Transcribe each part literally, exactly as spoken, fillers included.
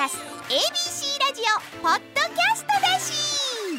ラス エービーシー ラジオポッドキャストだし。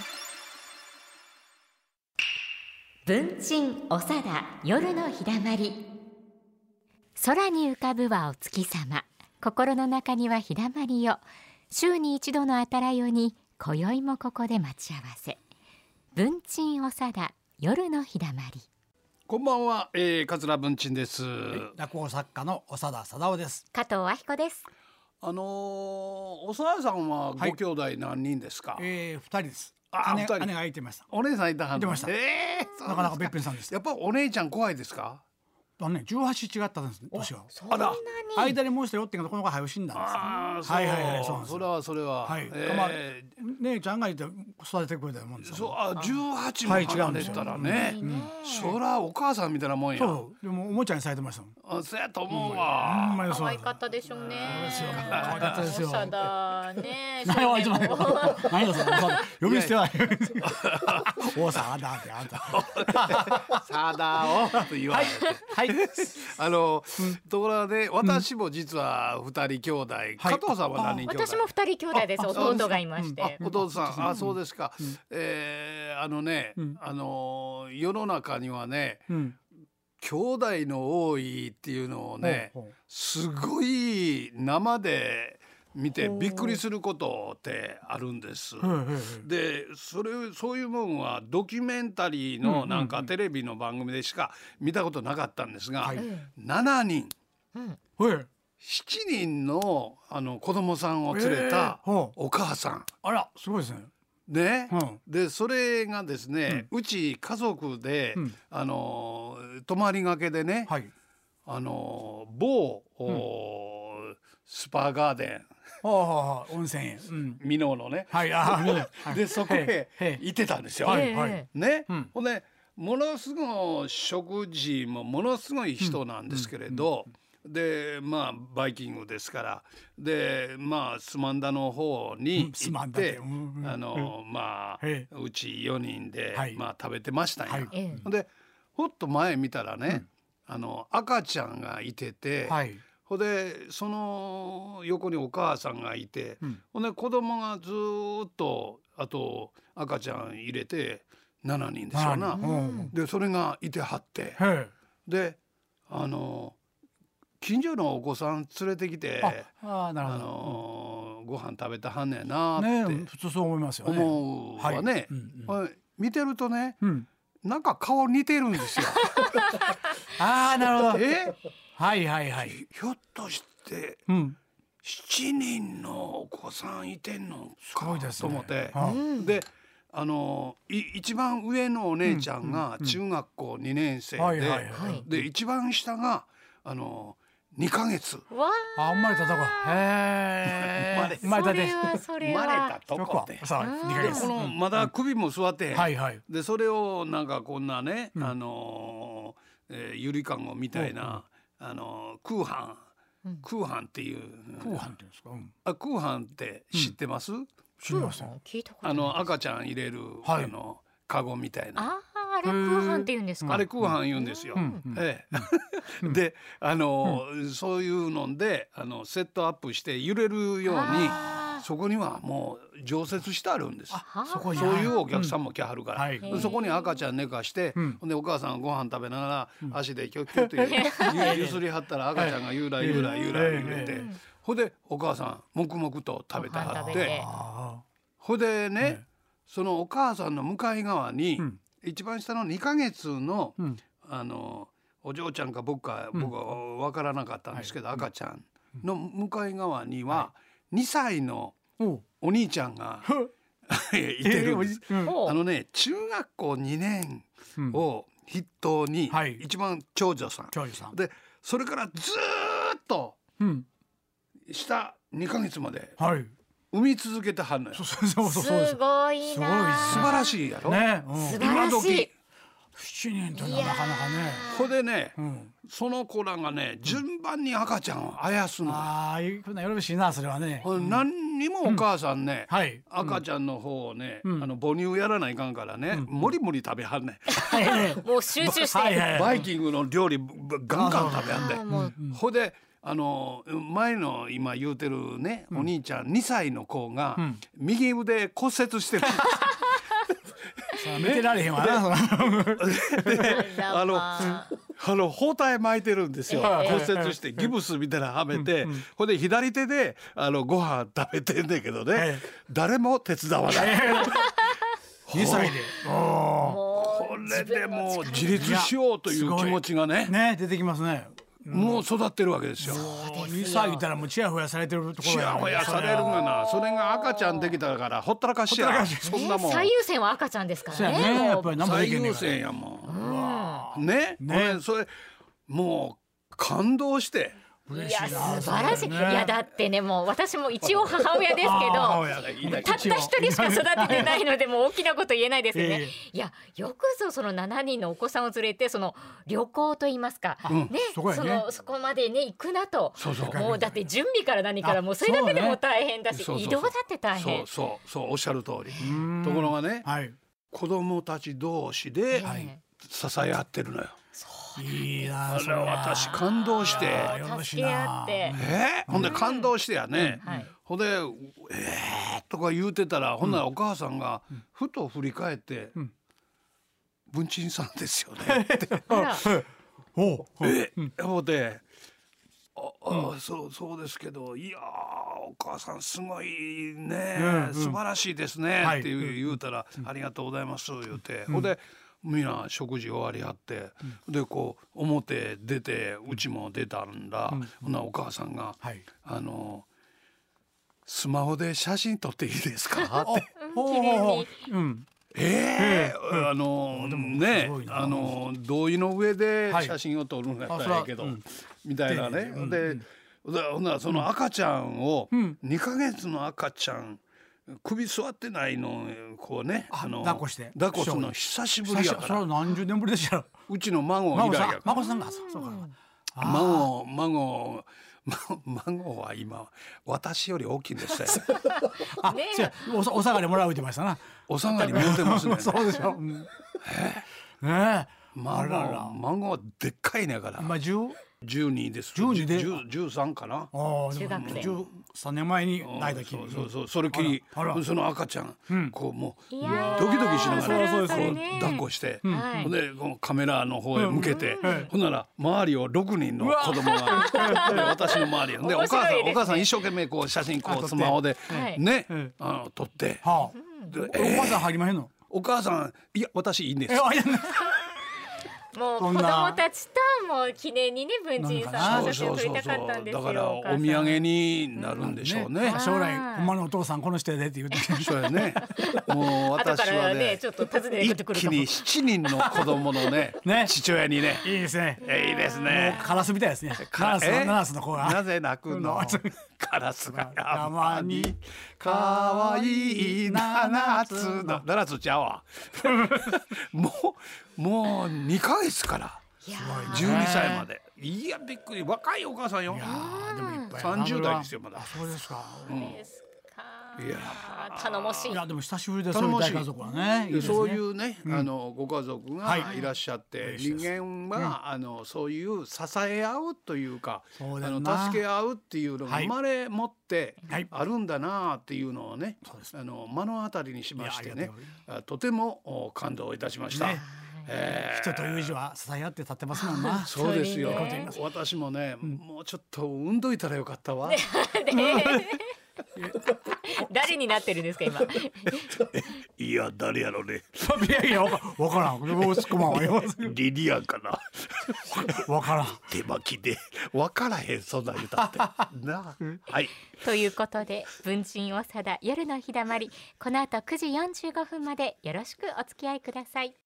文鎮おさだ夜のひだまり。空に浮かぶはお月様、心の中にはひだまりよ。週に一度のあたらよに今宵もここで待ち合わせ。文鎮おさだ夜のひだまり。 こんばんは、えー、桂文鎮です、 落語作家の長田貞夫です。 加藤明子です。 あのー、おさださんはご兄弟何人ですか？ はい、えー、ふたりです。姉, あ二人姉がいてました。 お姉さんいたはんの？ いてました。 えー、 なかなかべっぴんさんでした。 やっぱお姉ちゃん怖いですか？ あのね、じゅうはち違ったんです、年は。 そんなに間にもう一人おってんけど、この子は早死んだんです。 ああ、そう、 はいはいはい、そうなんです。 それはそれは、 はい、 えーまあ、姉ちゃんがいて育ててくれたもんです。 そう、あ、じゅうはちも離れたらね、うん、そらお母さんみたいなもんや。 そう、でもおもちゃにされてましたもん。 あ、そうやと思うわ。 うん、 可愛かったでしょうね。 可愛かったですよ。 長田ね。 何をいつまで何だそれ。呼び捨ては。おさだってあんた。 さだをと言われて。 はい。 あの、うん、ところで私も実は二人兄弟、うん、加藤さんは何人兄弟？ 私も二人兄弟です。弟がいまして。 弟さん、あ、そうですか。うん、えー、あのね、うん、あの世の中にはね、うん、兄弟の多いっていうのをね、すごい生で見てびっくりすることってあるんです。で、それそういうもんはドキュメンタリーのなんかテレビの番組でしか見たことなかったんですが、しちにん、しちにんのあの子供さんを連れたお母さん。 あら、すごいですね。 ね、うん、でそれがですね、うん、うち家族で、うん、あの泊まりがけでね、はい、あの某、うん、スパガーデン、 温泉へ、うん、 箕面のね、 はい、あでそこへ行ってたんですよ。はいはい、ね、うん、ほんでものすごい食事もものすごい人なんですけれど、うんうん、でまあバイキングですからでまあスマンダの方に行って、うん、あの、うん、まあうちよにんで、はい、まあ食べてましたんや、はい、でほっと前見たらね、うん、あの赤ちゃんがいてて、はい、ほんでその横にお母さんがいて、うん、ほんで子供がずっとあと赤ちゃん入れてしちにんですよな、うん、でそれがいてはって、であの近所のお子さん連れてきて、ああ、なるほど、あのー、ご飯食べたはんねやなって、 ね、普通そう思いますよね。 思うわね、はいうんうん、見てるとね、うん、なんか顔似てるんですよ。 ああ、なるほど。 え、 はいはいはい。 ひょっとして、うん、しちにんのお子さんいてんのかと思って、うん、であのい一番上のお姉ちゃんが中学校にねん生で、で一番下があのにかげつ。 わあ、生まれたとこ。へえ。生まれたで。 生まれたとこで。 そう、にかげつ。 このまだ首も座って、 はいはい。 でそれをなんかこんなね、うん、あの、えー、ゆりかごみたいな、うん、あの空飯、うん、空飯っていう。 空飯っていうんですか。うん、 あ、空飯って知ってます？うん、 知りません。 聞いたことない。 あの赤ちゃん入れる、はい、あのカゴみたいな。 ああ、あれ空飯って言うんですか？ あれ空飯言うんですよ。うん、ええ、で、あの、うん、そういうのであのセットアップして揺れるようにそこにはもう常設してあるんです。そこそういうお客さんも来はるから、うんはい、そこに赤ちゃん寝かして、うん、でお母さんご飯食べながら、うん、足でキョッキョッとゆすりはったら赤ちゃんがゆらゆらゆら揺れて、ほんでお母さん黙々と食べてはって、ほんでね、そのお母さんの向かい側に、うん、一番下のにかげつの、うん、あのお嬢ちゃんか僕か、うん、僕は分からなかったんですけど、はい、赤ちゃんの向かい側には、はい、にさいのお兄ちゃんがいてるんです、えーうん、あのね中学校にねんを筆頭に、うん、一番長女さん、長女さんでそれからずっと、うん、下にかげつまで、はい、産み続けてはんのよ。 すごいな。 素晴らしいやろ。ね、 うん、素晴らしい。 しちにんというのはなかなかね。 これでね、うん、その子らがね順番に赤ちゃんをあやすのよ。 ああ、いうふうなよろしいなそれはね。 うん、何にもお母さんね、うんはい、赤ちゃんの方をね、うん、あの母乳やらないかんからね、うん、もりもり食べはんねん。 もう集中して、 バイキングの料理ガンガン食べはんで、ほであの前の今言うてるね、お兄ちゃんにさいの子が、 ん右腕骨折してる。 見てられへんわな。 あのあの包帯巻いてるんですよ、 はい骨折してギブスみたいなのはめて、ほんで左手であのご飯食べてんだけどね、 はい誰も手伝わない。 にさいで。 これでもう自立しようという気持ちがね、 ね、出てきますね。 もう育ってるわけですよ。 にさい言ったらもうチヤホヤされてるところやね。 ちやほやされるがな、それが赤ちゃんできたからほったらかしや。 ほったらかしそんなもん最優先は赤ちゃんですかそうやらね。 ね。やもうっぱり何もで最優きへんねんから。 先やもん。ね、 ね俺それもう感動して。 いや素晴らしい。いねやだってね、もう私も一応母親ですけ母ど。 親がいいねたった一人しか育ててないのでもう大きなこと言えないですよね。 ええいやよくぞそのななにんのお子さんを連れてその旅行と言いますか、ね、 そこやねそのそこまでね行くなと。 そうそうもうだって準備から何からあもうそれだけでも大変だし、 そうね移動だって大変。 そうそうそうおっしゃる通り。ところがね、 はい。 子供たち同士ではい支え合ってるのよ。 いいなあれそれは。 私感動して。 あよろしいな助け合って。 えーほんで感動してやね、 はいほんで「えー」とか言うてたら、ほんならお母さんがふと振り返って「文鎮さんですよね」ってあらおう 「えほんで「ああそうそうですけどいやーお母さんすごいね、 うんうん素晴らしいですね」 はいって言う言うたら「ありがとうございます」言うて、ほんでみんな食事終わりはって、でこう表出てうちも出たんだ、ほんならお母さんがはい。 「あのスマホで写真撮っていいですか?」ってほう綺麗に。 うん。 「ええあのでもねすごいなあの同意の上ではい写真を撮るんやったあそれはらええけど」 うんみたいなね。でほんならその赤ちゃんをんにかげつの赤ちゃん首座ってないのこうねああの抱っこして抱っこするの久しぶりやかそれはら、 何十年ぶりでしたよ。 うちの孫以孫さん来やから孫さんがそうそうか。 孫孫孫は今私より大きいんですよ。 あ、 ねそうやおさお下がりもらう言ってましたな。 お下がり持ってますね。 そうでしょ。うんねえ。あ孫らら。 孫はでっかいねやから今十。 じゅうにです。 じゅうにでじゅうじゅうさんかな。 ああ、 中学生十三年前に代だき。 そうそうそうそれきりあらあらその赤ちゃん、こうもういやードキドキしながらそうそうそうこう抱っこして、 はいほんでこのカメラの方へ向けて、ほんなら周りをろくにんの子供がで私の周りでお母さん面白いですねお母さん一生懸命こう写真こうスマホではいねうんあの撮って、 はであ。お母さん入りまへんの。 お母さんいや私いいんですえ、。あ、いや。 もう子そんな供たちともう記念にね文鎮さんの写真を撮りたかったんですよ。 だからお母さん土産になるんでしょうね。 将来ほんまのお父さんこの人やでって言って。 そうやね。もう後か私はらねねちょっと訪ねてくるかも。 一気に七人の子供のねね父親にねいいですね。 えいいですもねう。カラスみたいですね。ナースえのナースの子が。 なぜ泣くのうんカラスが山山にに可愛い七つの七つちゃうわもうもうにかげつからいやーじゅうにさいまでいやびっくり若いお母さんよあーでもいっぱいさんじゅう代ですよまだあ、そうですか。 ですか。 いや頼もしいい。やでも久しぶりでそういう大家族はね。いいですねそういうね、あのご家族がはいいらっしゃって、 嬉しいです人間は、あのそういう支え合うというか、 そうだあのよな助け合うっていうのがはい生まれ持ってはいあるんだなっていうのをね、 そうですあの目の当たりにしましてねいやありがと、 あとてもお感動いたしました。 ねえー人という字は支え合って立ってますもんな。 そうですよそうですね。 私もね、もうちょっと産んどいたらよかったわ。 誰になってるんですか今。 いや誰やろね。 いやいやわかわからん。もう突っ込まんわよ。 リリアンかな。 わからん。 手巻きで分からへんそんなん言うたって。なあはい。 ということで文鎮おさだ夜のひだまり、この後くじよんじゅうごふんまでよろしくお付き合いください。